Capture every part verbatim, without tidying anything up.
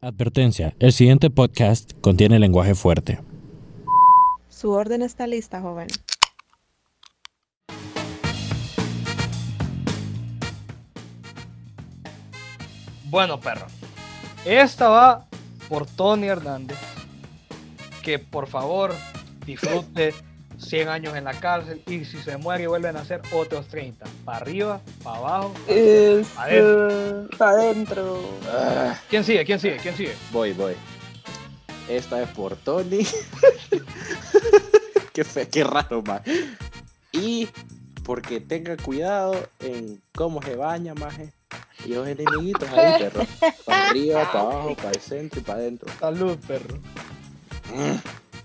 Advertencia, el siguiente podcast contiene lenguaje fuerte. Su orden está lista, joven. Bueno, perro, esta va por Tony Hernández, que por favor disfrute cien años en la cárcel y si se muere y vuelven a hacer otros treinta, para arriba, para abajo, Es, para adentro. para adentro. Ah, ¿Quién sigue? ¿Quién sigue? ¿Quién sigue? voy, voy. Esta es por Tony. qué, fe, qué raro, man. Y porque tenga cuidado en cómo se baña, maje. Y los enemiguitos ahí, perro. Para arriba, para abajo, para el centro y para adentro. Salud, perro. Mm.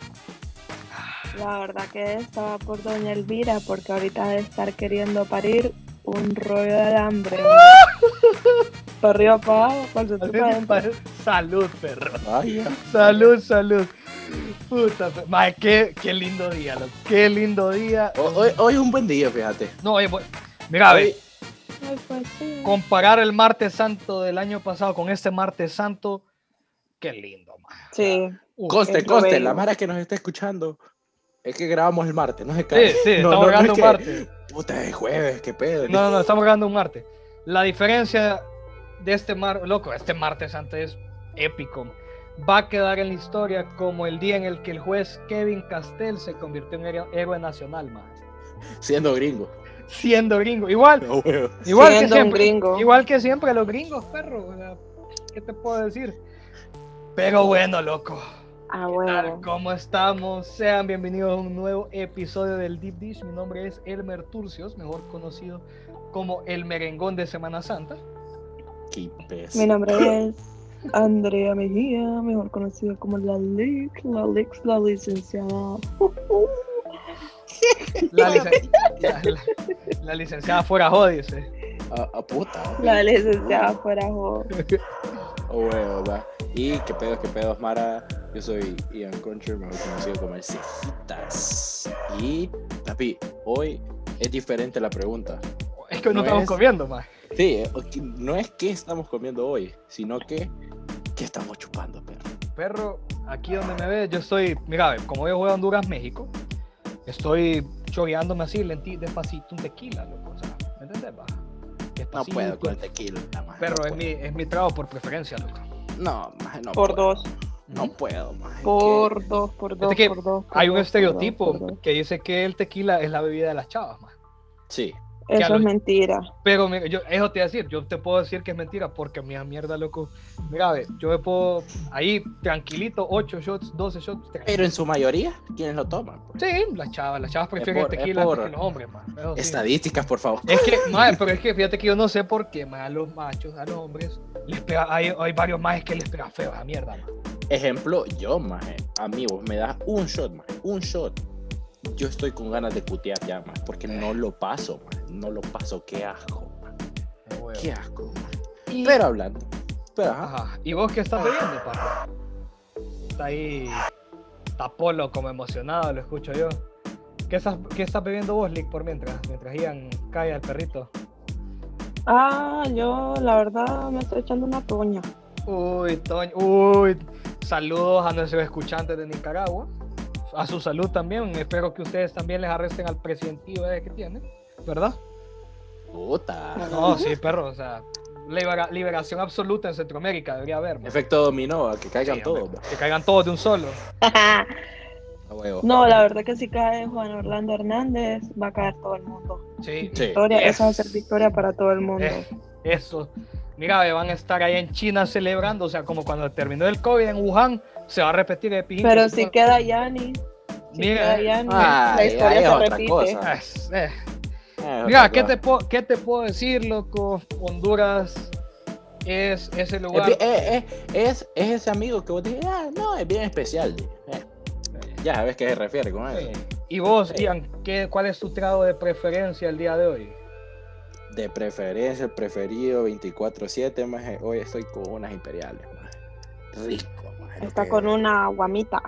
La verdad que estaba por doña Elvira porque ahorita debe estar queriendo parir un rollo de alambre. Para arriba, para abajo, para el centro, para adentro. Salud, perro. Ay, ya. Salud, salud. Puta, pe- mae, qué, qué lindo día, loco. Qué lindo día. Ho- Hoy, hoy es un buen día, fíjate. No, oye, voy- mira, Hoy- ve, Ay, pues sí. comparar el martes santo del año pasado con este martes santo, qué lindo, mae. Sí. Uf, Conste, es lo conste, bello. la mara que nos está escuchando es que grabamos el martes, no se sí, cae. sí, No, estamos no, no grabando es un que- martes. Puta, es jueves, qué pedo. No, no, no, estamos grabando un martes. La diferencia de este mar, loco, este martes santo es épico. Va a quedar en la historia como el día en el que el juez Kevin Castell se convirtió en héroe, héroe nacional, man. Siendo gringo. Siendo gringo. Igual, No, huevo. igual que Siendo un siempre. gringo. Igual que siempre los gringos, perro. O sea, ¿qué te puedo decir? Pero bueno, loco. Ah, ¿Qué tal? bueno. ¿Cómo estamos? Sean bienvenidos a un nuevo episodio del Deep Dish. Mi nombre es Elmer Turcios, mejor conocido como el merengón de Semana Santa. Qué pez. Mi nombre es Andrea Mejía, mejor conocida como la Lix, la Lix, la licenciada. La, licen- la- la- la licenciada fuera jode, dice. A, a puta. La licenciada fuera jo. Oh, huevo, va. Y qué pedos, qué pedos, Mara. Yo soy Ian Concher, mejor conocido como el Cejitas. Y, papi, hoy es diferente la pregunta. Es que hoy no No estamos es- comiendo más. Sí, eh, no es qué estamos comiendo hoy, sino que qué estamos chupando, perro. Perro, aquí donde me ves, yo estoy, mira, como yo juego a Honduras, México, estoy choreándome así, lenti, despacito, un tequila, loco, o sea, ¿me entiendes? Va? No Despacito. puedo con el tequila, maje, Perro, no es mi, puedo. es mi trago por preferencia, loco. No, maje, no Por puedo. dos. No puedo, maje. Por dos, por dos, Fíjate que por dos. por hay un dos, por estereotipo dos, por dos. que dice que el tequila es la bebida de las chavas, man. Sí. Ya Eso lo- es mentira. Pero mira, yo, eso te iba a decir, yo te puedo decir que es mentira porque mi mierda, loco. Mira, ve, yo me puedo ahí tranquilito, ocho shots, doce shots. tranquilo. Pero en su mayoría, ¿quiénes lo toman? Pues? Sí, las chavas, las chavas prefieren por- el es tequila por- antes que los hombres, man. Eso sí. Estadísticas, por favor. Es que, madre, pero es que fíjate que yo no sé por qué, man, a los machos, a los hombres, les pega, hay, hay varios más que les pega feo esa mierda, man. Ejemplo, yo, maje, a mí vos me das un shot, maje, un shot. Yo estoy con ganas de putear ya, maje, porque no lo paso, maje, no lo paso, qué asco, maje, qué asco, maje. Y- Pero hablando, pero ajá, Ajá. ¿Y vos qué estás bebiendo, papá? Está ahí, está Polo como emocionado, lo escucho yo. ¿Qué estás, qué estás bebiendo vos, Lick, por mientras? Mientras Ian cae al perrito. Ah, yo la verdad me estoy echando una toña. Uy, Toño, uy. Saludos a nuestros escuchantes de Nicaragua. A su salud también. Espero que ustedes también les arresten al presidentillo ese que tiene, ¿verdad? puta. No, sí, perro, o sea, libera- liberación absoluta en Centroamérica debería haber, man. Efecto dominó, a que caigan Sí, todos, hombre, maje. que caigan todos de un solo. A huevo. No, la verdad que si cae Juan Orlando Hernández, va a caer todo el mundo. Sí, Sí. Victoria, Yes. esa va a ser victoria para todo el mundo. Eh, eso. Mira, ve, van a estar ahí en China celebrando, o sea, como cuando terminó el COVID en Wuhan, se va a repetir el pijín. Pero si queda Yanni, si Mira, queda Yanni, ay, la historia ay, es se otra repite. cosa. Es- eh. Eh, Mira, otra ¿qué cosa. te, puedo, ¿qué te puedo decir, loco? Honduras es ese Es, lugar. bi- eh, eh, es, es ese amigo que vos dijiste, ah, no, es bien especial. Eh, ya sabes qué se refiere con eso. Sí. Y vos, Sí. Ian, ¿qué, ¿cuál es tu trago de preferencia el día de hoy? De preferencia, el preferido veinticuatro siete, maje. Hoy estoy con unas imperiales, maje. Rico, maje. lo Está que- con una guamita.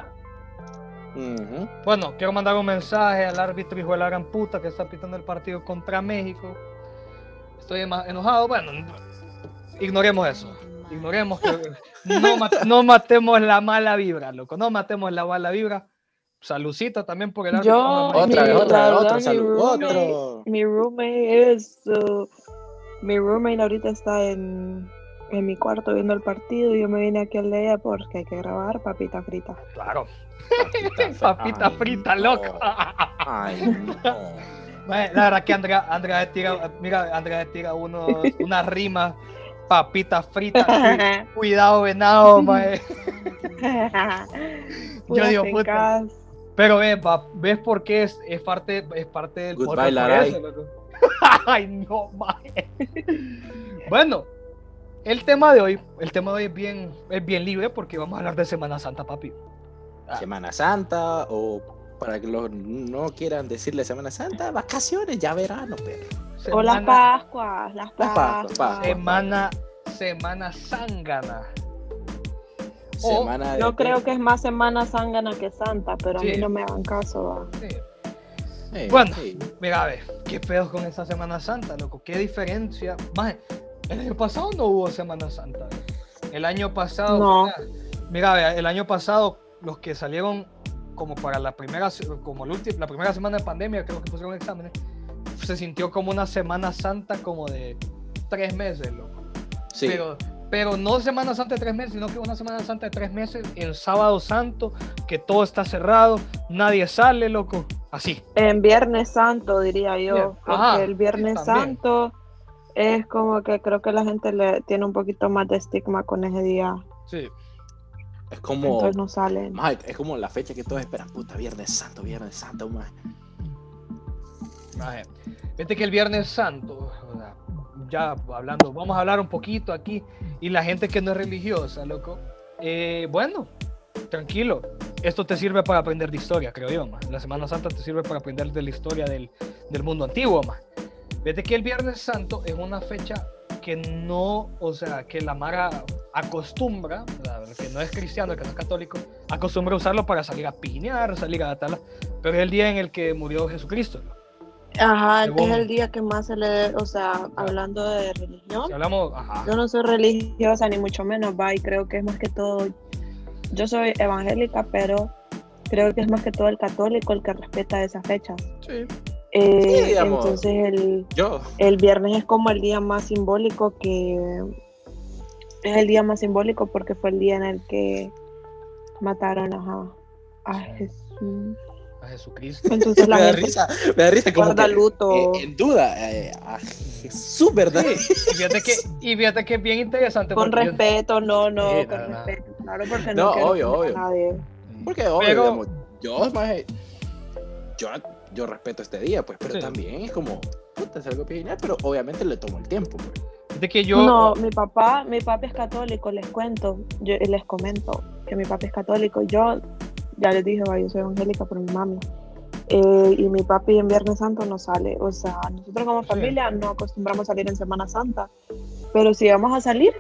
Ujú. Bueno, quiero mandar un mensaje al árbitro hijo de la gran puta que está pitando el partido contra México. Estoy ema- enojado, bueno, ignoremos eso. ignoremos que no, no matemos la mala vibra, loco, no matemos la mala vibra. Saludcita también por el árbitro. Yo, Otra mi, vez, otra la vez, verdad, otro mi salud, roommate, otro. mi roommate es, uh, mi roommate ahorita está en, en mi cuarto viendo el partido y yo me vine aquí al de ella porque hay que grabar papita frita. Claro. Papita, Papita ay, frita, no. loco. Ay, no. Bueno, la verdad que Andrea, Andrea tira, mira, Andrea tira uno, una rima, papita frita, cu- cuidado venado, mae. Yo digo, puta. Pero ves, va, ves por qué es, es parte, es parte del Goodbye, podcast por Laray. eso, loco. Ay, no, mae. Bueno, el tema de hoy, el tema de hoy es bien, es bien libre porque vamos a hablar de Semana Santa, papi. Ah. Semana Santa, o para que los no quieran decirle Semana Santa, vacaciones, ya verano, perro. O las Semana- Pascuas, las Las Pascuas, Pascuas. Pascuas. Semana, semana zángana. O- Semana de Yo creo que es más Semana Zángana que Santa, pero a Sí. mí no me hagan caso. ¿va? Sí. Sí, Bueno. sí. Mira, a ver, qué pedos con esa Semana Santa, loco, qué diferencia. Maje, el año pasado no hubo Semana Santa. El año pasado, No. mira, mira, a ver, el año pasado los que salieron como para la primera, como la, última, la primera semana de pandemia, creo que pusieron exámenes, se sintió como una Semana Santa como de tres meses, loco. Sí. Pero, pero no Semana Santa de tres meses, sino que una Semana Santa de tres meses en Sábado Santo, que todo está cerrado, nadie sale, loco, así. En Viernes Santo, diría Bien. yo, porque Ajá, el Viernes sí, también. Santo es como que creo que la gente le tiene un poquito más de estigma con ese día, Sí. Es como, entonces no salen. maje, es como la fecha que todos esperan, puta, Viernes Santo, Viernes Santo, maje. Maje, Viste que el Viernes Santo, o sea, ya hablando, vamos a hablar un poquito aquí, y la gente que no es religiosa, loco, eh, bueno, tranquilo, esto te sirve para aprender de historia, creo yo, man. La Semana Santa te sirve para aprender de la historia del, del mundo antiguo, man. Viste que el Viernes Santo es una fecha que no, o sea, que la Mara acostumbra, o sea, el que no es cristiano, el que no es católico, acostumbra usarlo para salir a piñar, salir a tal, pero es el día en el que murió Jesucristo, ¿no? Ajá, Según- es el día que más se le, o sea, hablando de religión, Si hablamos, ajá, yo no soy religiosa ni mucho menos, va, y creo que es más que todo, yo soy evangélica, pero creo que es más que todo el católico el que respeta esas fechas. Sí. Eh, Sí, digamos. entonces el, Yo, el viernes es como el día más simbólico que es el día más simbólico porque fue el día en el que mataron a, a Jesús. a Jesucristo. Entonces la me da gente risa, me da risa como guarda que, luto. eh, en duda, eh, a Jesús, ¿verdad? Sí, y fíjate que, y fíjate que es bien interesante. Con porque yo- respeto, no, no, Sí, con no, no. respeto, claro, porque No, no, quiero obvio, ofender obvio. a nadie. Porque, obvio, Pero- digamos, yo, maje, yo, yo respeto este día, pues, pero Sí. también es como, puta, es algo genial, pero obviamente le tomo el tiempo, pues. Fíjate que yo. No, mi papá, mi papá es católico, les cuento, yo les comento que mi papá es católico. Yo ya les dije, va, yo soy evangélica por mi mami. Eh, y mi papi en Viernes Santo no sale. O sea, nosotros como Sí. familia no acostumbramos a salir en Semana Santa. Pero si vamos a salir,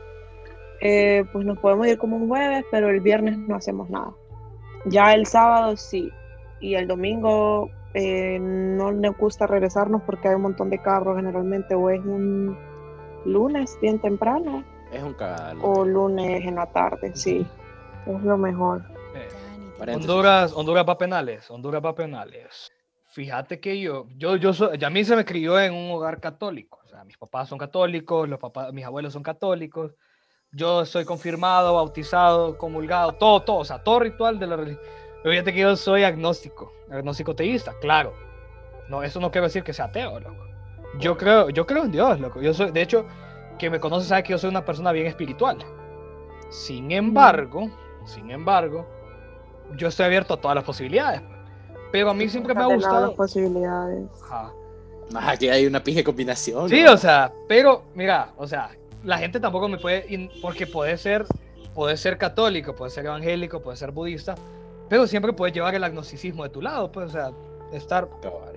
eh, pues nos podemos ir como un jueves, pero el viernes no hacemos nada. Ya el sábado sí. Y el domingo eh, no nos gusta regresarnos porque hay un montón de carros generalmente. O es un lunes bien temprano Es un cagadal. o lunes en la tarde, sí. Es lo mejor. eh, Paréntesis. Honduras, Honduras va a penales, Honduras va a penales. Fíjate que yo, yo, yo soy, ya a mí se me crió en un hogar católico. O sea, mis papás son católicos, los papás, mis abuelos son católicos. Yo soy confirmado, bautizado, comulgado, todo, todo, o sea, todo ritual de la religión. Pero fíjate que yo soy agnóstico, agnóstico teísta, claro. No, eso no quiere decir que sea ateo, loco. Yo creo, yo creo en Dios, loco. Yo soy, de hecho, quien me conoce sabe que yo soy una persona bien espiritual. Sin embargo, sin embargo, yo estoy abierto a todas las posibilidades. Pero a mí siempre me ha De lado las gustado. posibilidades. Ajá. Más que hay una pija combinación. Sí, ¿no? o sea, pero mira, o sea, la gente tampoco me puede, in- porque puede ser, puede ser católico, puede ser evangélico, puede ser budista, pero siempre puedes llevar el agnosticismo de tu lado, pues, o sea, estar. Cabal.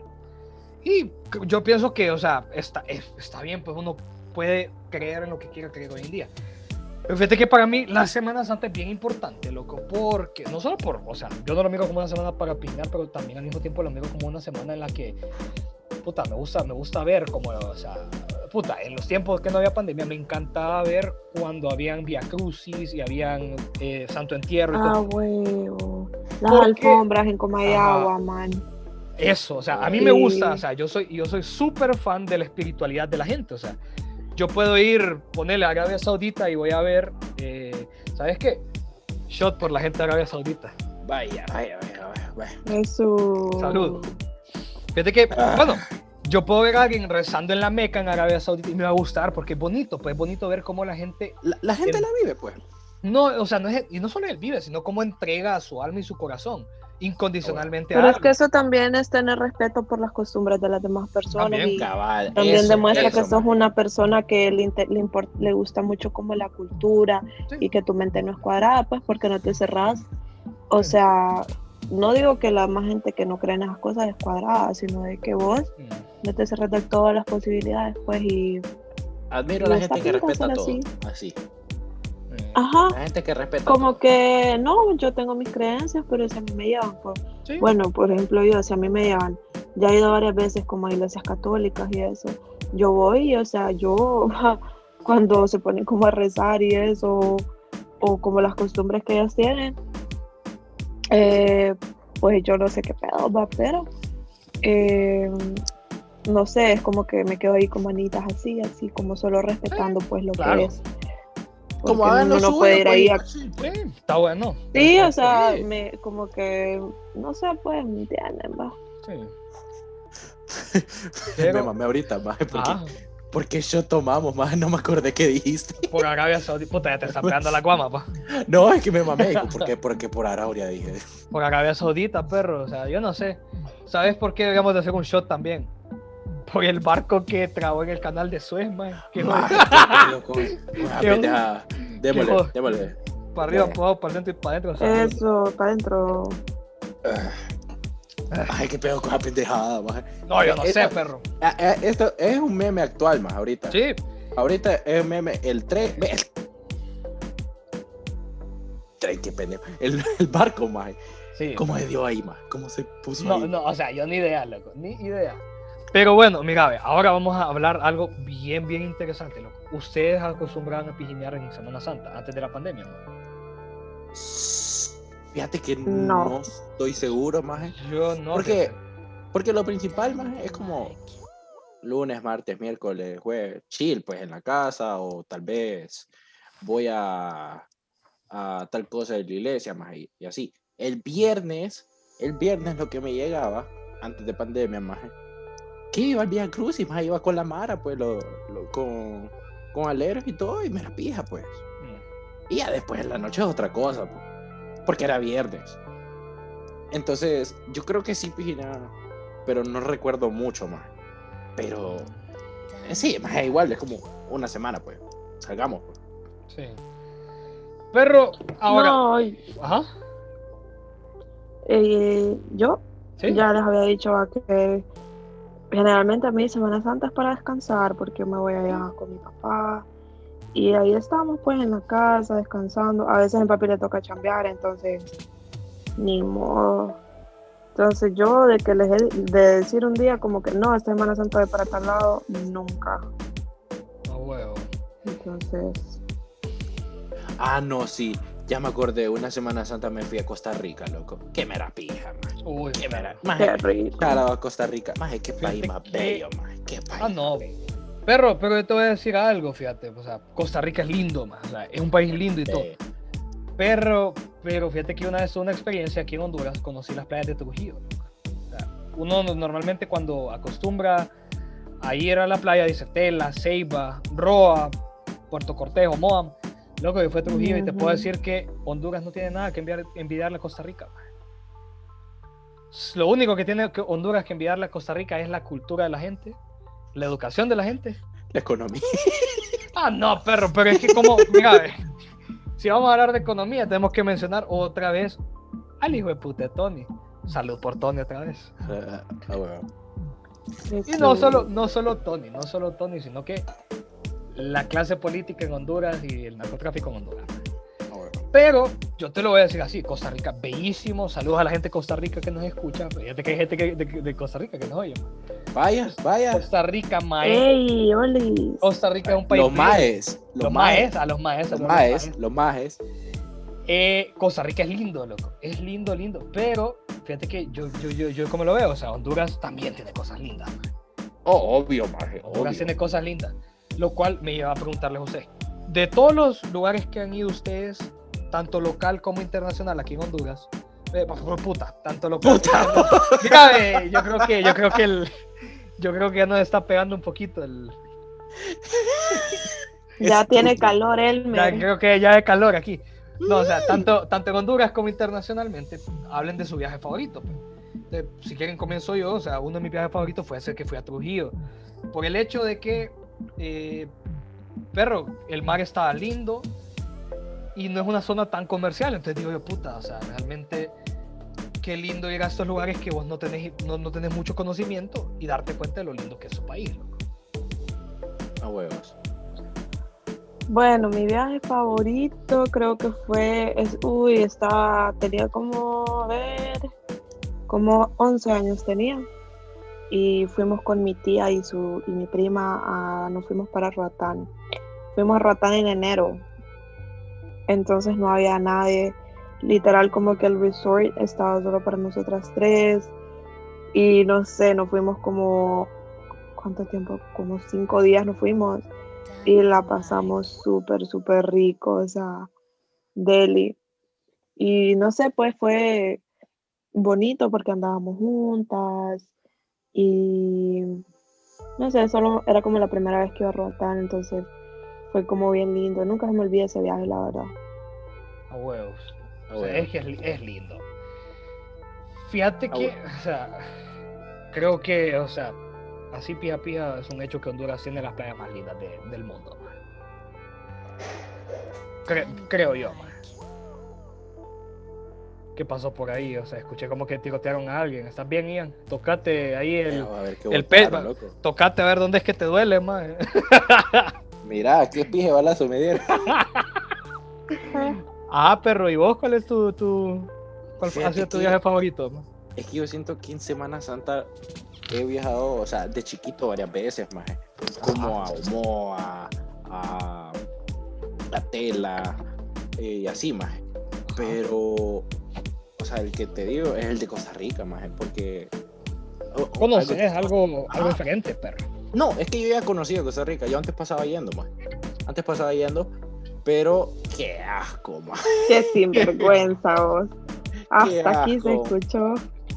Y yo pienso que, o sea, está, es- está bien, pues uno puede creer en lo que quiera creer hoy en día. Pero fíjate que para mí la Semana Santa es bien importante, loco, porque no solo por, o sea, yo no lo miro como una semana para piñar, pero también al mismo tiempo lo miro como una semana en la que, puta, me gusta, me gusta ver como, o sea, puta, en los tiempos que no había pandemia, me encantaba ver cuando habían Via Crucis y habían eh, Santo Entierro y Ah, todo. huevo. Las Porque- alfombras en Comayagua, Ajá. man. Eso, o sea, a mí Sí. me gusta, o sea, yo soy yo soy súper fan de la espiritualidad de la gente, o sea, yo puedo ir, ponerle a Arabia Saudita y voy a ver, eh, ¿sabes qué? Shot por la gente de Arabia Saudita. Vaya, vaya, vaya, vaya, vaya. Eso. Salud. Fíjate que, Ah. bueno, yo puedo ver a alguien rezando en la Meca, en Arabia Saudita, y me va a gustar porque es bonito, pues es bonito ver cómo la gente, La, la gente El- la vive, pues. no, o sea, no es, y no solo él vive, sino cómo entrega su alma y su corazón incondicionalmente Pero a es que algo. eso también es tener respeto por las costumbres de las demás personas. También, y Cabal. también eso, demuestra eso, que sos maje. una persona que le, inte- le, import- le gusta mucho como la cultura Sí. y que tu mente no es cuadrada, pues porque no te cerrás. O Sí. sea, no digo que la más gente que no cree en esas cosas es cuadrada, sino de que vos Mm. no te cerras de todas las posibilidades, pues, y Admiro a la y está gente que fijo respeta ser todo. así. Así. Eh, ajá, La gente que respeta como todo. que no, yo tengo mis creencias, pero si a mí me llevan, pues, sí. bueno, por ejemplo, yo, si a mí me llevan, ya he ido varias veces como a iglesias católicas y eso, yo voy, y, o sea, yo cuando se ponen como a rezar y eso, o como las costumbres que ellas tienen, eh, pues yo no sé qué pedo va, pero eh, no sé, es como que me quedo ahí con manitas así, así como solo respetando pues lo claro. que es. Como Porque hagan lo uno no suyo, puede ir pues, ahí y a... así, Sí, está bueno. Sí, o Perfecto. sea, Sí. me, como que, no sé, pues, ¿me entienden, va? Sí. Me Pero- mamé ahorita, maje, porque, Ah, porque yo tomamos, maje, no me acordé qué dijiste. por Arabia Saudita, puta, ya te está pegando la guama, pa. No, es que me mamé, digo, ¿por qué? Porque por Arabia dije. Por Arabia Saudita, perro, o sea, yo no sé. ¿Sabes por qué deberíamos de hacer un shot también? Por el barco que trabó en el canal de Suez, man. Que Maje, jodido. qué pedo con- con la Qué pendeja. Démosle, joder. démosle. Para arriba, Eh. para abajo, para el centro y para adentro. o sea, Eso, para adentro. Ay, qué pedo con la pendejada, maje. No, yo no sé, Esta- perro. Ah, ah, Esto es un meme actual, más ahorita. Sí, Ahorita es un meme, el tren. ve, El tren, qué pendejo. El, el barco, maje. sí. ¿Cómo se dio ahí, maje? ¿Cómo se puso No, ahí? no, o sea, yo ni idea, loco, ni idea. Pero bueno, mira, ve, ahora vamos a hablar algo bien, bien interesante, loco. Ustedes acostumbraban a pijinear en Semana Santa, antes de la pandemia, ¿no? Fíjate que No. no, estoy seguro, maje. Yo no. Porque, fíjate. porque lo principal, maje, es como lunes, martes, miércoles, jueves, chill, pues en la casa, o tal vez voy a, a tal cosa de la iglesia, maje, y, y así. El viernes, el viernes lo que me llegaba, antes de pandemia, maje, que iba al Via Crucis, maje, iba con la Mara, pues, lo, lo- con, con aleros y todo, y me la pija, pues. Mm. Y ya después en la noche es otra cosa, pues, porque era viernes. Entonces, yo creo que sí pijinaba, pero no recuerdo mucho más. Pero eh, sí, más igual, es como una semana, pues. Salgamos, pues. Sí. Pero ahora. No, Ajá. eh, yo Sí. ya les había dicho a que generalmente a mí Semana Santa es para descansar porque me voy allá con mi papá y ahí estamos pues en la casa descansando. A veces a mi papi le toca chambear, entonces ni modo. Entonces yo de que les he- de decir un día como que no, esta Semana Santa voy para tal lado, nunca. A huevo. Entonces, Ah, no, sí. Ya me acordé, una Semana Santa me fui a Costa Rica, loco. Qué mera pija, man. Uy, Qué mera. qué Maje, rico. shout out a Costa Rica. Maje, qué Fíjate país más que- bello, maje. Qué país. Ah, no. más bello. Perro, pero yo te voy a decir algo, fíjate. O sea, Costa Rica es lindo, man. O sea, es un país lindo y todo. Eh, Pero, pero fíjate que una vez tuve una experiencia aquí en Honduras, conocí las playas de Trujillo. O sea, uno no- normalmente cuando acostumbra a ir a la playa dice Tela, Ceiba, Roa, Puerto Cortejo, Moam. Loco, yo fui a Trujillo y te puedo Ujú. decir que Honduras no tiene nada que enviar, envidiarle a Costa Rica. Man. Lo único que tiene que Honduras que envidiarle a Costa Rica es la cultura de la gente, la educación de la gente. La economía. Ah, no, perro, pero es que como, mira, ve, si vamos a hablar de economía, tenemos que mencionar otra vez al hijo de puta de Tony. Salud por Tony otra vez. Ah, ah, bueno. Y no solo, no solo Tony, no solo Tony, sino que la clase política en Honduras y el narcotráfico en Honduras. Ah, bueno. Pero yo te lo voy a decir así, Costa Rica, bellísimo. Saludos a la gente de Costa Rica que nos escucha. Fíjate que hay gente que, de, de Costa Rica que nos oye. Vaya, vaya. Costa Rica, mae. ¡Ey, Oli! Costa Rica es un país. Los maes. Los, Los maes, maes. a los maes. Los a maes. Los maes. Eh, Costa Rica es lindo, loco. Es lindo, lindo. Pero fíjate que yo, yo, yo, yo como lo veo, o sea, Honduras también tiene cosas lindas, mae. Oh, obvio, maje. Honduras Obvio. tiene cosas lindas. Lo cual me lleva a preguntarles a ustedes. De todos los lugares que han ido ustedes, tanto local como internacional aquí en Honduras, eh, por puta, tanto local. Puta. Dígame, yo creo que, yo creo que el, yo creo que ya nos está pegando un poquito el. Ya Estúpido. tiene calor, Ya, Elmer. creo que ya hay calor aquí. No, o sea, tanto, tanto en Honduras como internacionalmente, hablen de su viaje favorito. Pues. Entonces, si quieren comienzo yo, o sea, uno de mis viajes favoritos fue ese que fui a Trujillo. Por el hecho de que, eh, perro, el mar estaba lindo y no es una zona tan comercial. Entonces digo yo, puta, o sea, realmente qué lindo ir a estos lugares que vos no tenés, no, no tenés mucho conocimiento y darte cuenta de lo lindo que es su país, loco. A huevos. Bueno, mi viaje favorito creo que fue, es, uy, estaba, tenía como, a ver, como once años tenía. Y fuimos con mi tía y su y mi prima, a, nos fuimos para Roatán. Fuimos a Roatán en enero. Entonces no había nadie. Literal como que el resort estaba solo para nosotras tres. Y no sé, nos fuimos como, ¿cuánto tiempo? Como cinco días nos fuimos. Y la pasamos súper, súper rico, o sea, deli. Y no sé, pues fue bonito porque andábamos juntas y no sé, solo era como la primera vez que iba a Roatán, entonces fue como bien lindo. Nunca se me olvida ese viaje, la verdad. A huevos. A O sea, huevos. es que es, li- es lindo. Fíjate A que, huevos. o sea, creo que, o sea, así pija pija es un hecho que Honduras tiene las playas más lindas de- del mundo. Man. Cre- creo yo, man. ¿Qué pasó por ahí? O sea, escuché como que tirotearon a alguien. ¿Estás bien, Ian? Tocate ahí el, A ver qué el botaron, pe- loco. tocate a ver dónde es que te duele, man. Mira, qué pije balazo me dieron. Ah, perro, ¿y vos cuál es tu, tu cuál fue- ha Fíjate sido tu que- viaje favorito, man? Es que yo siento que en Semana Santa he viajado, o sea, de chiquito varias veces, más como a Omoa, a, a Tela, eh, y así, más. Pero, o sea, el que te digo es el de Costa Rica, más, porque... o- o Conoces algo- algo, algo Ah. diferente, perro. No, es que yo ya conocía Costa Rica, yo antes pasaba yendo, más. Antes pasaba yendo, pero qué asco, más. Qué sinvergüenza vos. Hasta aquí se asco. escuchó.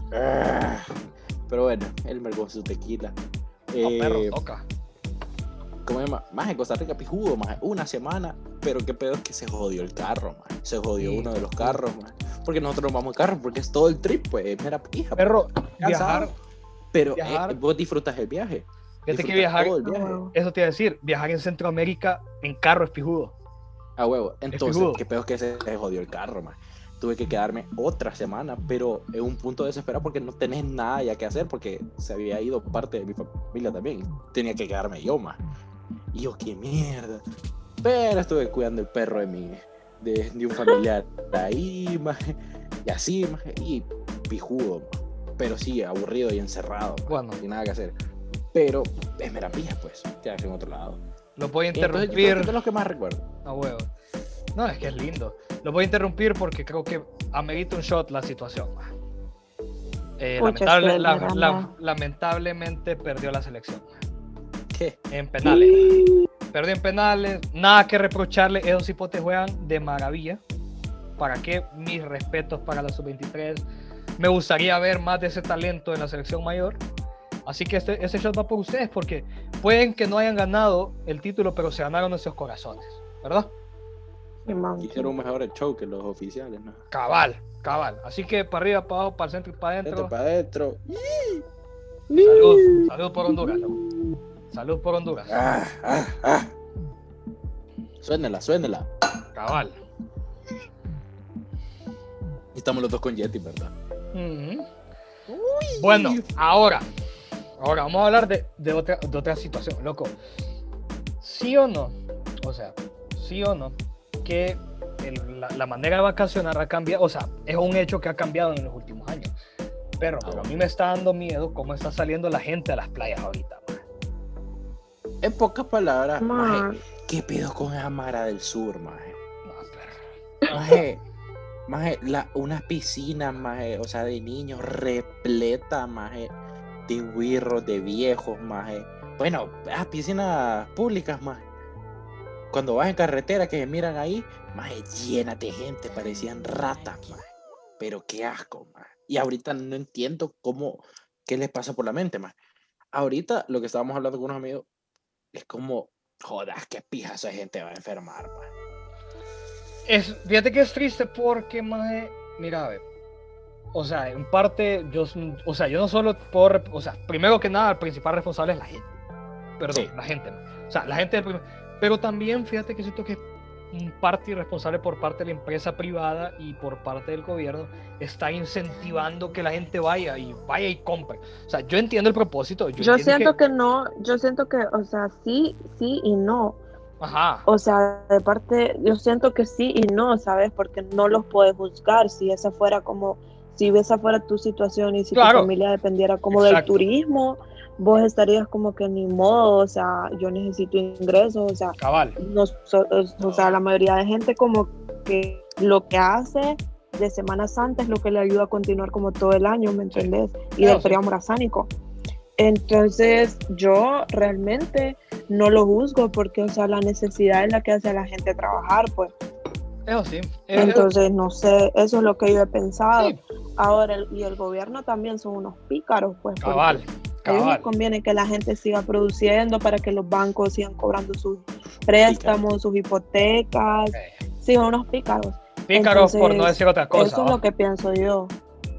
Ah, pero bueno, Elmer con su tequila. No, Eh, perro, toca. ¿Cómo se llama? Más en Costa Rica, pijudo, más una semana, pero qué pedo es que se jodió el carro, más. Se jodió Sí. uno de los carros, más. Porque nosotros nos vamos en carro, porque es todo el trip, pues, mera pija. Perro, cansado. viajar, pero viajar- eh, vos disfrutas el viaje. fíjate que disfrutas viajar, todo el viaje. Ah, eso te iba a decir, viajar en Centroamérica en carro es pijudo. A huevo. Entonces, pijudo. qué pedo es que se, se jodió el carro, más. Tuve que quedarme otra semana, pero en un punto de desespera porque no tenés nada ya que hacer, porque se había ido parte de mi familia también. Tenía que quedarme yo, más. Y yo, qué mierda. Pero estuve cuidando el perro de mi, de, de un familiar ahí, más. Y así, más. Y pijudo, maje. Pero sí, aburrido y encerrado, maje, Bueno. sin nada que hacer. Pero es merapilla, pues, quedarse en otro lado. Lo voy a Entonces, yo creo que interrumpir. es de los que más recuerdo. A huevo. No, es que es lindo. Lo voy a interrumpir porque creo que amerita un shot la situación. man. Eh, Pucha, lamentable- suena, la- ¿verdad? la- lamentablemente perdió la selección man, ¿Qué? en penales. Perdió en penales, nada que reprocharle. Esos hipotes juegan de maravilla. ¿Para qué? Mis respetos para la sub veintitrés. Me gustaría ver más de ese talento en la selección mayor. Así que este, ese shot va por ustedes porque pueden que no hayan ganado el título, pero se ganaron nuestros corazones, ¿verdad? Simón. Hicieron un mejor show que los oficiales, ¿no? Cabal, cabal. Así que para arriba, para abajo, para el centro y para Vete adentro. para adentro. Salud, salud por Honduras, loco. Salud por Honduras. Ah, ah, ah. Suénela, suénela. Cabal. Y estamos los dos con Yeti, ¿verdad? Ujú. Bueno, ahora, ahora vamos a hablar de, de, otra, de otra situación, loco. ¿Sí o no? O sea, ¿sí o no? Que el, la, la manera de vacacionar ha cambiado, o sea, es un hecho que ha cambiado en los últimos años. Pero, pero a mí me está dando miedo cómo está saliendo la gente a las playas ahorita, maje. En pocas palabras, Ma. maje, ¿qué pedo con esa Mara del Sur, maje? No, pero... Maje, maje, la, unas piscinas, maje, o sea, de niños repleta, maje, de güirros, de viejos, maje. Bueno, las piscinas públicas, maje. Cuando vas en carretera que se miran ahí, maje, llenas de gente, parecían ratas, maje. Pero qué asco, maje. Y ahorita no entiendo cómo, qué les pasa por la mente, maje. Ahorita lo que estábamos hablando con unos amigos es como, jodas, qué pija esa gente va a enfermar, maje. Es, fíjate que es triste porque, maje, mira, a ver, o sea, en parte, yo, o sea, yo no solo puedo, o sea, primero que nada, el principal responsable es la gente, perdón, Sí. la gente, maje. O sea, la gente, del primer- pero también, fíjate que siento que es un parte irresponsable por parte de la empresa privada y por parte del gobierno, está incentivando que la gente vaya y vaya y compre. O sea, yo entiendo el propósito, yo, Yo entiendo siento que... no, yo siento que, o sea, sí, sí y no. Ajá, O sea, de parte, yo siento que sí y no, ¿sabes? Porque no los puedes juzgar. Si esa fuera como, si esa fuera tu situación y si Claro. tu familia dependiera como Exacto. del turismo, vos estarías como que ni modo, o sea, yo necesito ingresos, o sea, cabal. nosotros, o sea, la mayoría de gente como que lo que hace de Semana Santa es lo que le ayuda a continuar como todo el año, ¿me Sí. entendés? Y Claro, del sí. feriado morazánico. Entonces, yo realmente no lo juzgo porque, o sea, la necesidad es la que hace a la gente trabajar, pues. Eso sí. Eh, Entonces, no sé, eso es lo que yo he pensado. sí, Ahora, el- y el gobierno también son unos pícaros, pues. porque cabal, a ellos les cabal. conviene que la gente siga produciendo para que los bancos sigan cobrando sus préstamos, sus hipotecas. Eh, Sí, son unos pícaros. Pícaros por no Entonces, decir otra cosa. Eso es ¿va? lo que pienso yo.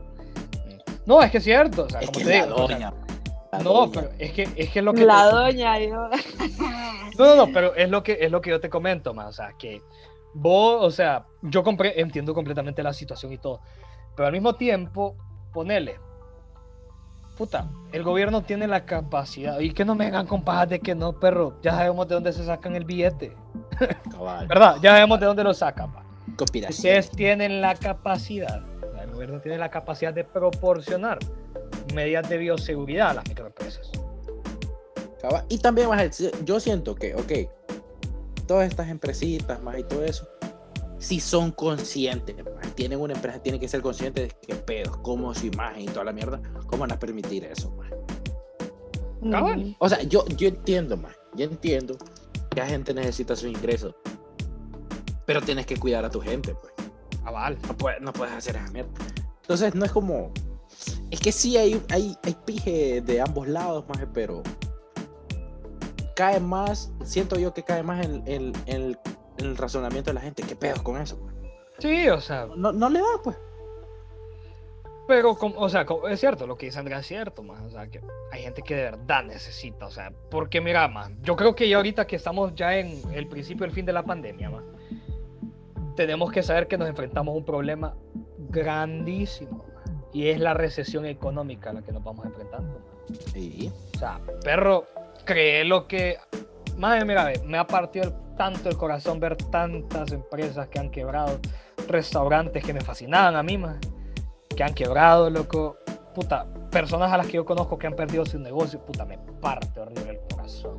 No, es que es cierto. O sea, Es como que te la digo, o sea, doña. la no, doña. pero es que es que es lo que La te- doña, yo. No, no, no, pero es lo que es lo que yo te comento, más, o sea, que vos, o sea, yo compré, entiendo completamente la situación y todo, pero al mismo tiempo, ponele, puta, el gobierno tiene la capacidad, y que no me hagan con pajas de que no, perro, ya sabemos de dónde se sacan el billete, Cabal. ¿verdad? Ya sabemos de dónde lo sacan, pa. Conspiración. Ustedes tienen la capacidad, el gobierno tiene la capacidad de proporcionar medidas de bioseguridad a las microempresas. Cabal. Y también, maje, yo siento que, ok, todas estas empresitas, más y todo eso, si son conscientes, maje, tienen una empresa, tienen que ser conscientes de qué pedo, cómo su imagen y toda la mierda, cómo van a permitir eso, maje. Cabal. O sea, yo, yo entiendo, más, yo entiendo que la gente necesita sus ingresos, pero tienes que cuidar a tu gente, pues. Cabal. No puedes, no puedes hacer esa mierda. Entonces, no es como, es que sí hay, hay, hay pije de ambos lados, maje, pero cae más, siento yo que cae más en, en, en el, en el razonamiento de la gente. ¿Qué pedo con eso? Pues? Sí, o sea, No, no le da, pues. pero, como- o sea, como- es cierto, lo que dice Andrea es cierto, man. O sea, que hay gente que de verdad necesita, o sea, porque mira, man, yo creo que ya ahorita que estamos ya en el principio y el fin de la pandemia, man, tenemos que saber que nos enfrentamos a un problema grandísimo, man, y es la recesión económica a la que nos vamos enfrentando, man. Sí. O sea, perro, cree lo que... Madre, mira, ve, me ha partido el- tanto el corazón ver tantas empresas que han quebrado, restaurantes que me fascinaban a mí, man, que han quebrado, loco. Puta, personas a las que yo conozco que han perdido su negocio, puta, me parte horrible el corazón.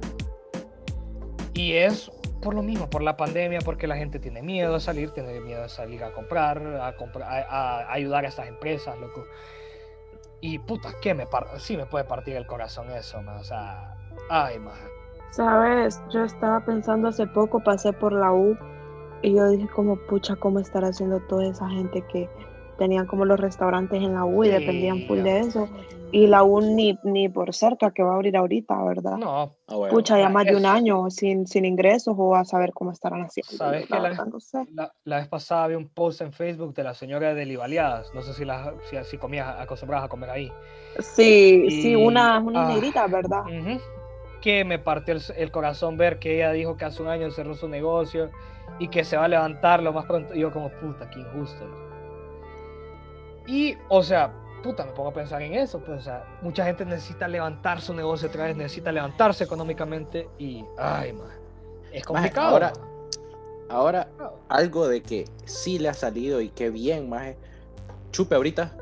Y es por lo mismo, por la pandemia, porque la gente tiene miedo a salir, tiene miedo a salir a comprar, a, comprar, a, a ayudar a estas empresas, loco. Y puta, ¿qué me par sí me puede partir el corazón eso, man. O sea, ay, man. Sabes, yo estaba pensando hace poco, pasé por la U y yo dije como, pucha, ¿cómo estará haciendo toda esa gente que tenían como los restaurantes en la U y Sí, dependían full ya. de eso? Y la U ni, ni por cerca que va a abrir ahorita, ¿verdad? No, Ah, bueno. Pucha, ya más de un es- año sin, sin ingresos o a saber cómo estarán haciendo. ¿Sabes yo que la la, verdad no sé. la, la vez pasada vi un post en Facebook de la señora de Libaleadas? No sé si, la, si, si comías, acostumbrabas a comer ahí. Sí, Y- sí, una, una ah, negrita, ¿verdad? Ujú. Que me partió el, el corazón ver que ella dijo que hace un año cerró su negocio y que se va a levantar lo más pronto. Y yo como, puta, qué injusto, ¿no? Y, o sea, puta, me pongo a pensar en eso, pues, o sea, mucha gente necesita levantar su negocio otra vez, necesita levantarse económicamente y, ay, man, es Maje, complicado. ahora, man. Ahora, algo de que sí le ha salido y qué bien, maje. Chupe ahorita.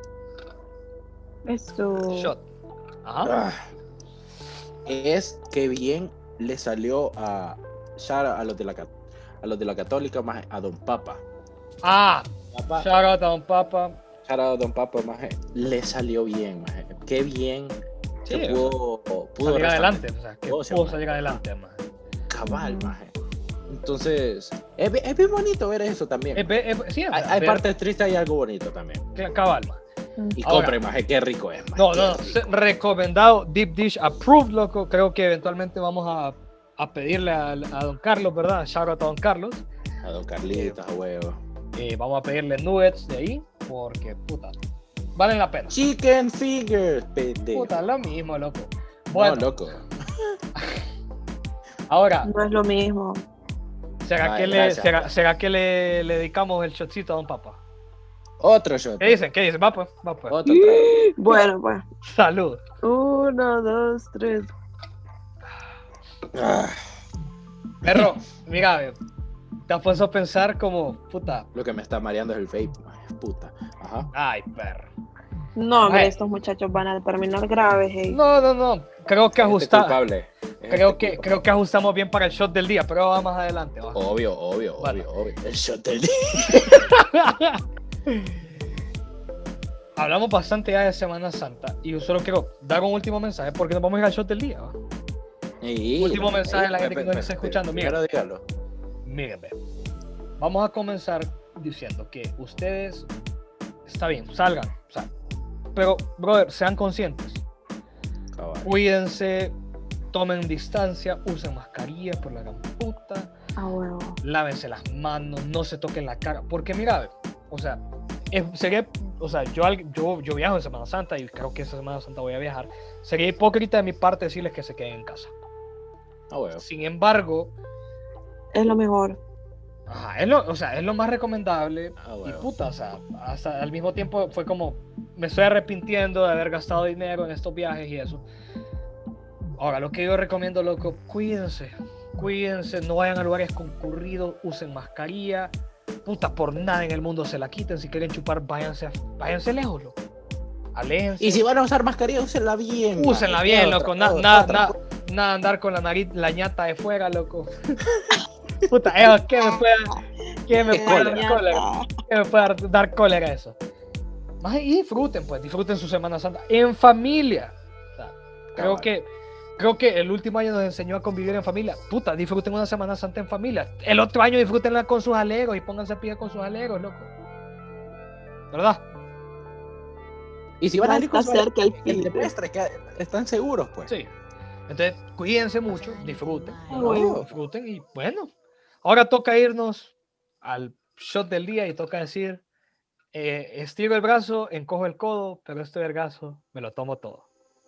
Eso. Shot. Ajá. Ah, es que bien le salió a, a los de la a los de la Católica, maje, a Don Papa. Ah, Papa, shout out a Don Papa. shout out a Don Papa, maje. Le salió bien, maje. Qué bien Sí, que pudo, pudo salir restablecer adelante, o sea, que negocio, pudo maje. salir adelante, man. Cabal, Ujú. maje. Entonces, es, bi- es bien bonito ver eso también. Es ve- es- sí, hay ver- hay partes tristes y algo bonito también. cla- cabal, man. Y Ahora- compre, maje, qué rico es, maje. No, qué no, rico. se- recomendado, Deep Dish approved, loco. Creo que eventualmente vamos a, a pedirle a, a Don Carlos, ¿verdad? Shout out a Don Carlos. A Don Carlitos, a huevo. Eh, vamos a pedirle nuggets de ahí, porque, puta, valen la pena. Chicken fingers, pendejo. Puta, lo mismo, loco. No, Bueno, loco. ahora, No es lo mismo. ¿será Ay, que, le, gracias. será, será que le, le dedicamos el shotcito a Don Papa? Otro shot. ¿Qué dicen? ¿Qué dicen? Va pues, va pues. Otro trago. Bueno, pues. Salud. Uno, dos, tres. Ah, Perro, mira, eh, te has puesto a pensar como, puta, lo que me está mareando es el vape, maje, puta. Ajá. ay, perro. No, hombre, Ay. estos muchachos van a terminar graves. Hey. No, no, no. Creo que Este ajusta, culpable. Este creo que, culpable. creo que ajustamos bien para el shot del día, pero va más adelante. Va. Obvio, obvio, Bueno. obvio, obvio. El shot del día. Hablamos bastante ya de Semana Santa y yo solo quiero dar un último mensaje porque nos vamos a ir al shot del día. ¿va? Y- Último mensaje a la gente que nos pe- está pe- escuchando, mira. Primero dígalo. Miren, ve. Vamos a comenzar diciendo que ustedes, está bien, salgan, o sea, pero, brother, sean conscientes. Cabal. Cuídense, tomen distancia, usen mascarilla por la gran puta, A huevo. lávense las manos, no se toquen la cara, porque mira, ve, o sea, es- sería, o sea, yo, al- yo, yo viajo en Semana Santa y creo que esa Semana Santa voy a viajar, sería hipócrita de mi parte decirles que se queden en casa. Ah, huevo. Sin embargo, Es lo mejor. ajá, es lo, o sea, es lo más recomendable. Ah, Y huevo. puta, o sea, hasta al mismo tiempo fue como, me estoy arrepintiendo de haber gastado dinero en estos viajes y eso. Ahora, lo que yo recomiendo, loco, cuídense, cuídense, no vayan a lugares concurridos, usen mascarilla. Puta, por nada en el mundo se la quiten. Si quieren chupar, váyanse, a- váyanse lejos, loco. Aléjense. Y si van a usar mascarilla, úsenla bien. Úsenla maje. bien, Otra- loco. Nada, otra- nada, otra- nada, nada andar con la nariz, la ñata de fuera, loco. Puta, eh, ¿qué me puede, qué me Qué puede dar cólera. cólera? ¿Qué me puede dar, dar cólera eso? Más y disfruten, pues, disfruten su Semana Santa en familia. O sea, creo Cabal. que, creo que el último año nos enseñó a convivir en familia. Puta, disfruten una Semana Santa en familia. El otro año disfrútenla con sus alegos y pónganse a pie con sus alegos, loco. ¿Verdad? Y si van a salir con Está su cerca el el fin. de muestra, que están seguros, pues. Sí. Entonces, cuídense mucho, disfruten. Ah, bueno. Disfruten y bueno. Ahora toca irnos al shot del día y toca decir, eh, estiro el brazo, encojo el codo, pero este vergazo me lo tomo todo.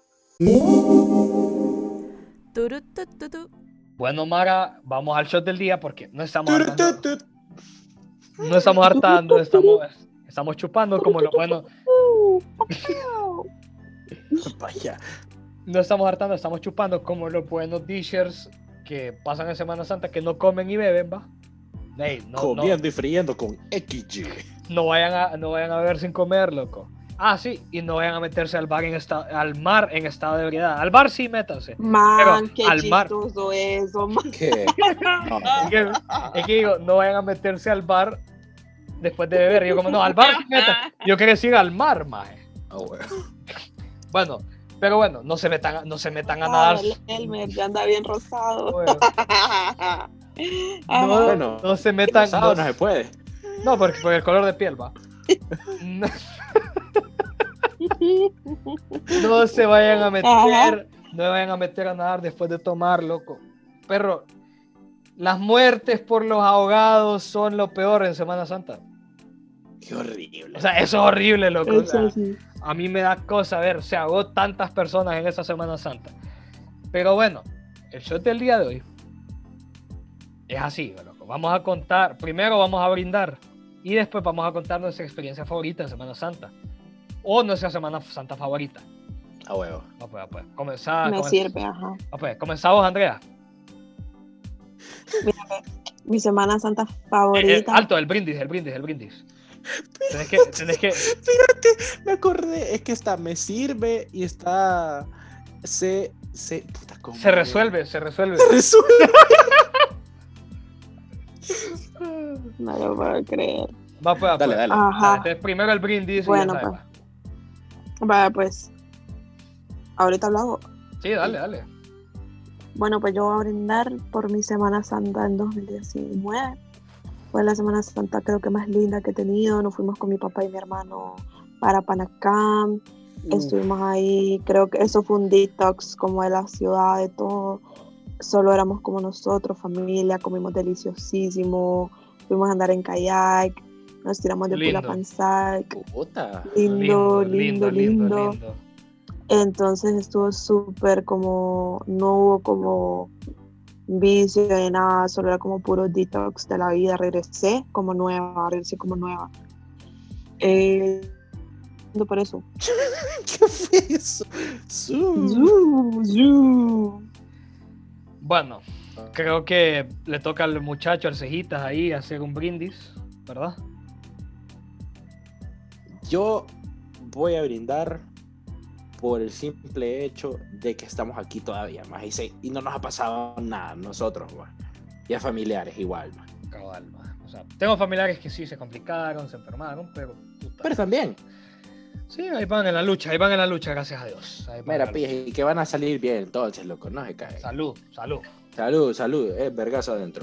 Turutututu. Bueno, Mara, vamos al shot del día porque no estamos Tut, hartando, tut, tut. no estamos hartando, estamos, estamos chupando como lo bueno, Vaya. no estamos hartando, estamos chupando como los buenos dishers que pasan en Semana Santa que no comen y beben, va. Ey, no, no, Comiendo y friendo con X G. no vayan a, no vayan a beber sin comer, loco. Ah, sí, y no vayan a meterse al bar en esta, al mar en estado de ebriedad. Al bar sí métanse. Man, Pero qué al mar- chistoso eso, man. ¿Qué? No, Es que, es que digo, no vayan a meterse al bar después de beber. Y yo como, no, al bar sí metan. Yo quería decir al mar, maje. ah, huevo. Bueno, pero bueno, no se metan, no se metan a Ah, nadar. el Elmer ya anda bien rosado. Bueno, Ajá. no, Bueno, no se metan. Rosado No, no se puede. no, porque por el color de piel, va. No, no se vayan a meter, Ajá. no se vayan a meter a nadar después de tomar, loco. Perro, las muertes por los ahogados son lo peor en Semana Santa. Qué horrible. O sea, eso es horrible, loco. O sea, Eso sí. a mí me da cosa ver, se ahogó tantas personas en esa Semana Santa. Pero bueno, el shot del día de hoy es así, loco. Vamos a contar, primero vamos a brindar y después vamos a contar nuestra experiencia favorita en Semana Santa. O nuestra Semana Santa favorita. a huevo. Va pues, va pues. Comenzá- Me comen- sirve, ajá. va pues, comenzamos, Andrea. Mi Semana Santa Eh, eh, favorita. alto, el brindis, el brindis, el brindis. Tenés que, tenés que... Fíjate, me acordé, es que está, me sirve y está, se, se, puta, ¿cómo Se es? resuelve, se resuelve. Se resuelve. No lo puedo creer. Va, pues, Dale, pues. dale. Ajá. Entonces, primero el brindis Bueno, y ya pues. sabes, Vaya, pues. Ahorita lo hago. va. Sí, dale, dale. Bueno, pues yo voy a brindar por mi Semana Santa en dos mil diecinueve. Fue la Semana Santa creo que más linda que he tenido. Nos fuimos con mi papá y mi hermano para Panacam. Estuvimos ahí, creo que eso fue un detox como de la ciudad, de todo. Solo éramos como nosotros, familia, comimos deliciosísimo. Fuimos a andar en kayak, nos tiramos de Lindo. Pulapanzac. Puta. Lindo, lindo, lindo. Entonces estuvo súper como, no hubo como vicio de nada, solo era como puro detox de la vida. Regresé como nueva, regresé como nueva. Eh, por eso. ¿Qué fue eso? Su- Zuu, zuu. Bueno, creo que le toca al muchacho, al cejitas ahí, hacer un brindis, ¿verdad? Yo voy a brindar por el simple hecho de que estamos aquí todavía, más y, se- y no nos ha pasado nada a nosotros, más. Y a familiares igual, más. Cabal, ma. O sea, tengo familiares que sí se complicaron, se enfermaron, pero... puta. Pero también, Sí, ahí van en la lucha, ahí van en la lucha, gracias a Dios. Ahí van en mira, la pija, lucha. y que van a salir bien entonces, loco, no se cae. Salud, salud. Salud, salud, eh, vergazo adentro.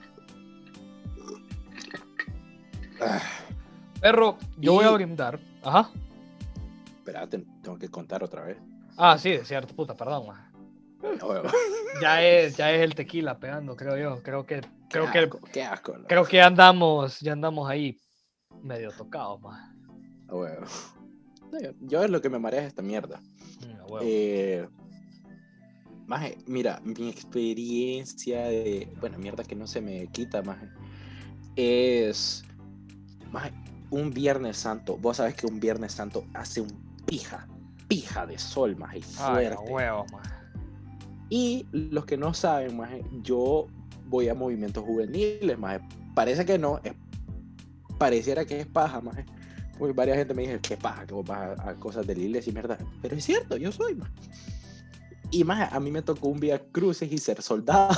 Ah, Perro, yo Y- voy a brindar. Ajá. espérate, tengo que contar otra vez. Ah, sí, es cierto, puta, perdón, ma. No, huevo. Ya es, ya es el tequila pegando, creo yo. Creo que, creo Qué que, asco, qué asco, loco. creo que ya andamos, ya andamos ahí medio tocados, ma. A huevo. No, yo, yo es lo que me marea es esta mierda. Mm, a huevo. Eh, maje, mira, mi experiencia de. Bueno, mierda que no se me quita, maje. Es. Maje, un Viernes Santo. Vos sabés que un Viernes Santo hace un pija. Pija de sol, maje. Y Ay, a fuerte. huevo, ma. Y los que no saben, maje, yo voy a movimientos juveniles, maje. Parece que no. Es, pareciera que es paja, maje. Porque varias gente me dice, qué paja, que vos vas a, a cosas de la iglesia y mierda. Pero es cierto, yo soy, maje. Y más, a mí me tocó un Vía Crucis y ser soldado.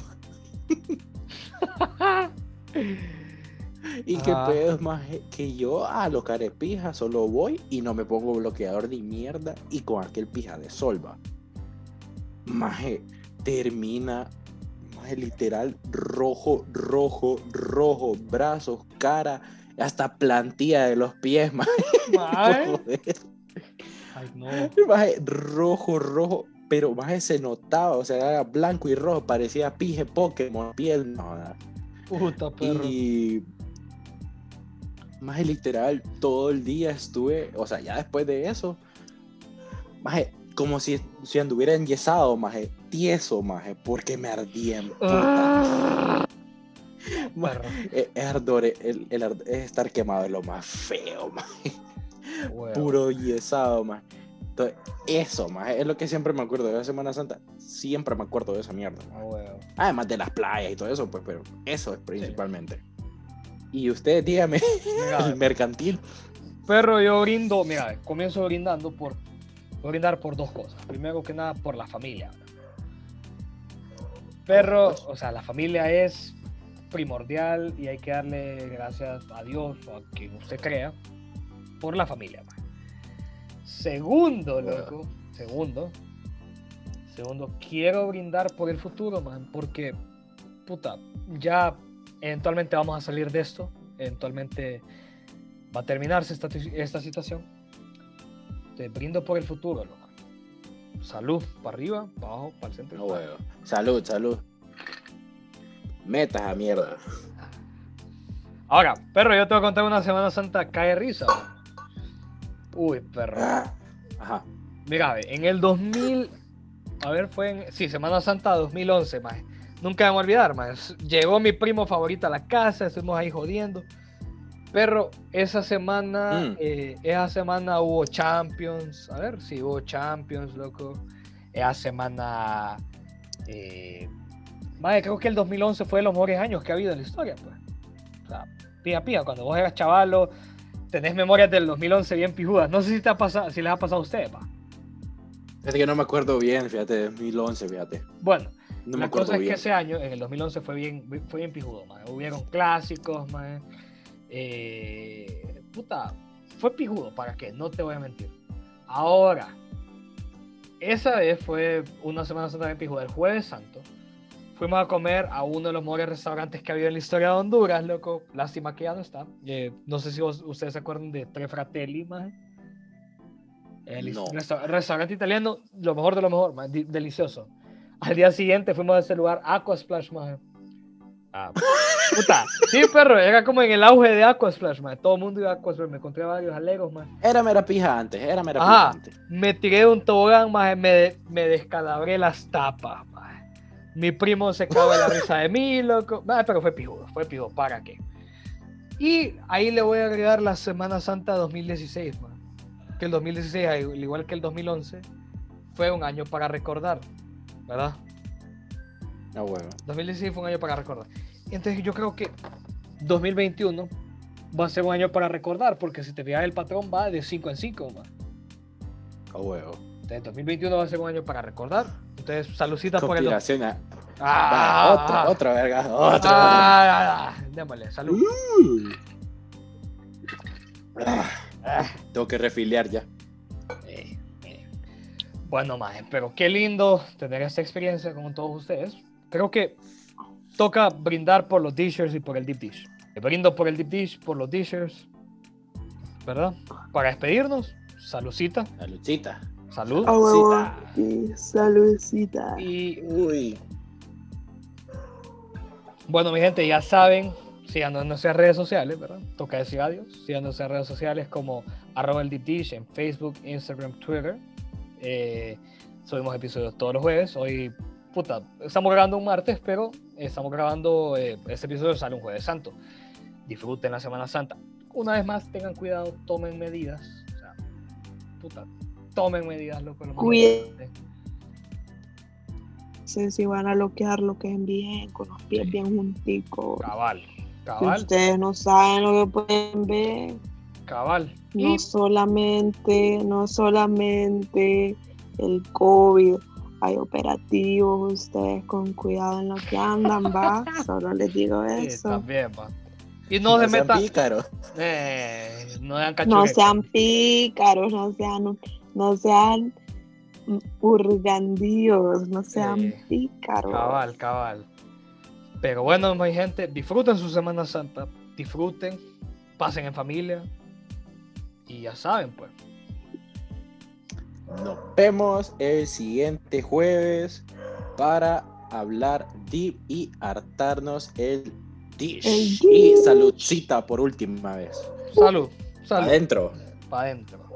Y que Ah. pedo es más que yo a los carepijas solo voy y no me pongo bloqueador ni mierda y con aquel pija de sol, va. Maje, termina, maje, literal, rojo, rojo, rojo, brazos, cara, hasta plantilla de los pies, maje. Mae. Joder. Ay, no. Maje, rojo, rojo, pero maje se notaba, o sea, era blanco y rojo, parecía pije Pokémon, piel, no, nada. Puta, perro. Y más literal, todo el día estuve, o sea, ya después de eso, más como si, si anduviera enyesado, más tieso, más porque me ardía en puta. Ah, Maje, perro. es, es ardor, el, el ard- es estar quemado, es lo más feo, más Huevo. puro yesado, más. Entonces, eso, más es lo que siempre me acuerdo de la Semana Santa, siempre me acuerdo de esa mierda. A huevo. Además de las playas y todo eso, pues, pero eso es principalmente. Y usted, dígame, Mira, el mercantil. perro, yo brindo, mira, comienzo brindando por, por brindar por dos cosas. Primero que nada, por la familia. Perro, o sea, la familia es primordial y hay que darle gracias a Dios o a quien usted crea por la familia, man. Segundo, loco, segundo, segundo, quiero brindar por el futuro, man, porque, puta, ya eventualmente vamos a salir de esto, eventualmente va a terminarse esta, esta situación. Te brindo por el futuro, loco. Salud, para arriba, para abajo, para el centro. No, huevo. Salud, salud. Metas a mierda. Ahora, perro, yo te voy a contar una Semana Santa cae de risa, man. Uy, perro. Ah, ajá. Mira, ve, en el dos mil, a ver, fue en, sí, Semana Santa dos mil once, maje. Nunca me voy a olvidar, maje. Llegó mi primo favorito a la casa, estuvimos ahí jodiendo. Pero esa semana, Mm. eh, esa semana hubo Champions, a ver, sí, hubo Champions, loco. Esa semana, eh, Madre, creo que el dos mil once fue de los mejores años que ha habido en la historia, pues. O sea, pija, pija, cuando vos eras chavalo, tenés memorias del dos mil once bien pijudas. No sé si te ha pasado, si les ha pasado a ustedes, pa. Es que no me acuerdo bien, fíjate, de dos mil once, fíjate. Bueno, No me la acuerdo cosa es bien. que ese año, en el dos mil once, fue bien, fue bien pijudo, madre. Hubieron clásicos, madre. Eh, puta, fue pijudo, ¿para qué? No te voy a mentir. Ahora, esa vez fue una Semana Santa bien pijuda. El Jueves Santo, fuimos a comer a uno de los mejores restaurantes que ha habido en la historia de Honduras, loco. Lástima que ya no está. Eh, no sé si vos, ustedes se acuerdan de Tre Fratelli, madre. El No. resta- restaurante italiano, lo mejor de lo mejor, man, di- delicioso. Al día siguiente fuimos a ese lugar, Aqua Splash, man. Ah, puta, sí, perro, era como en el auge de Aqua Splash, man. Todo el mundo iba a Aqua Splash, me encontré varios alegos, man. Era mera pija antes, era mera pija Ajá, antes. me tiré de un tobogán, man, me, me descalabré las tapas, man. Mi primo se cagó de la risa de mí, loco. Man, pero fue pijudo, fue pijudo, ¿para qué? Y ahí le voy a agregar la Semana Santa dos mil dieciséis, man. Que el dos mil dieciséis, al igual que el dos mil once, fue un año para recordar, ¿verdad? No, huevo. dos mil dieciséis fue un año para recordar. Entonces yo creo que dos mil veintiuno va a ser un año para recordar, porque si te fijas el patrón va de cinco en cinco, man. A huevo. Entonces dos mil veintiuno va a ser un año para recordar. Entonces, saludcita por el... Conspiración. a- Ah, Va, otra, ah, otra, verga. Otra. ah, ah, ah, démosle, salud. Uh. Ah, Ah, tengo que refiliar ya. eh, eh. Bueno, maje, pero qué lindo tener esta experiencia con todos ustedes. Creo que toca brindar por los dishers y por el deep dish. Brindo por el deep dish, por los dishers, ¿verdad? Para despedirnos, saludcita, Saludcita. salud. A huevo. Cita. Y saludcita. Y Uy. bueno, mi gente, ya saben, síganos en nuestras redes sociales, ¿verdad? Toca decir adiós. Síganos en nuestras redes sociales como arroba el deep dish en Facebook, Instagram, Twitter. Eh, subimos episodios todos los jueves. Hoy, puta, estamos grabando un martes, pero estamos grabando, eh, este episodio sale un Jueves Santo. Disfruten la Semana Santa. Una vez más, tengan cuidado, tomen medidas. O sea, puta, tomen medidas, loco. Lo más Cuide- importante. sé si van a bloquear lo que envíen con los pies bien junticos. Cabal, Si cabal, ustedes no saben lo que pueden ver, cabal. no Y solamente, no solamente el COVID, hay operativos, ustedes con cuidado en lo que andan, va, solo les digo sí, eso. también, va. Y no, se sean metan. pícaros. Eh, no sean No cachurecos. sean pícaros, no sean, no sean hurgandíos, no sean Sí. pícaros. Cabal, cabal. Pero bueno, mi gente, disfruten su Semana Santa, disfruten, pasen en familia y ya saben, pues. Nos vemos el siguiente jueves para hablar deep y hartarnos el dish. El Y dish. saludcita por última vez. Salud, salud, Adentro. para adentro.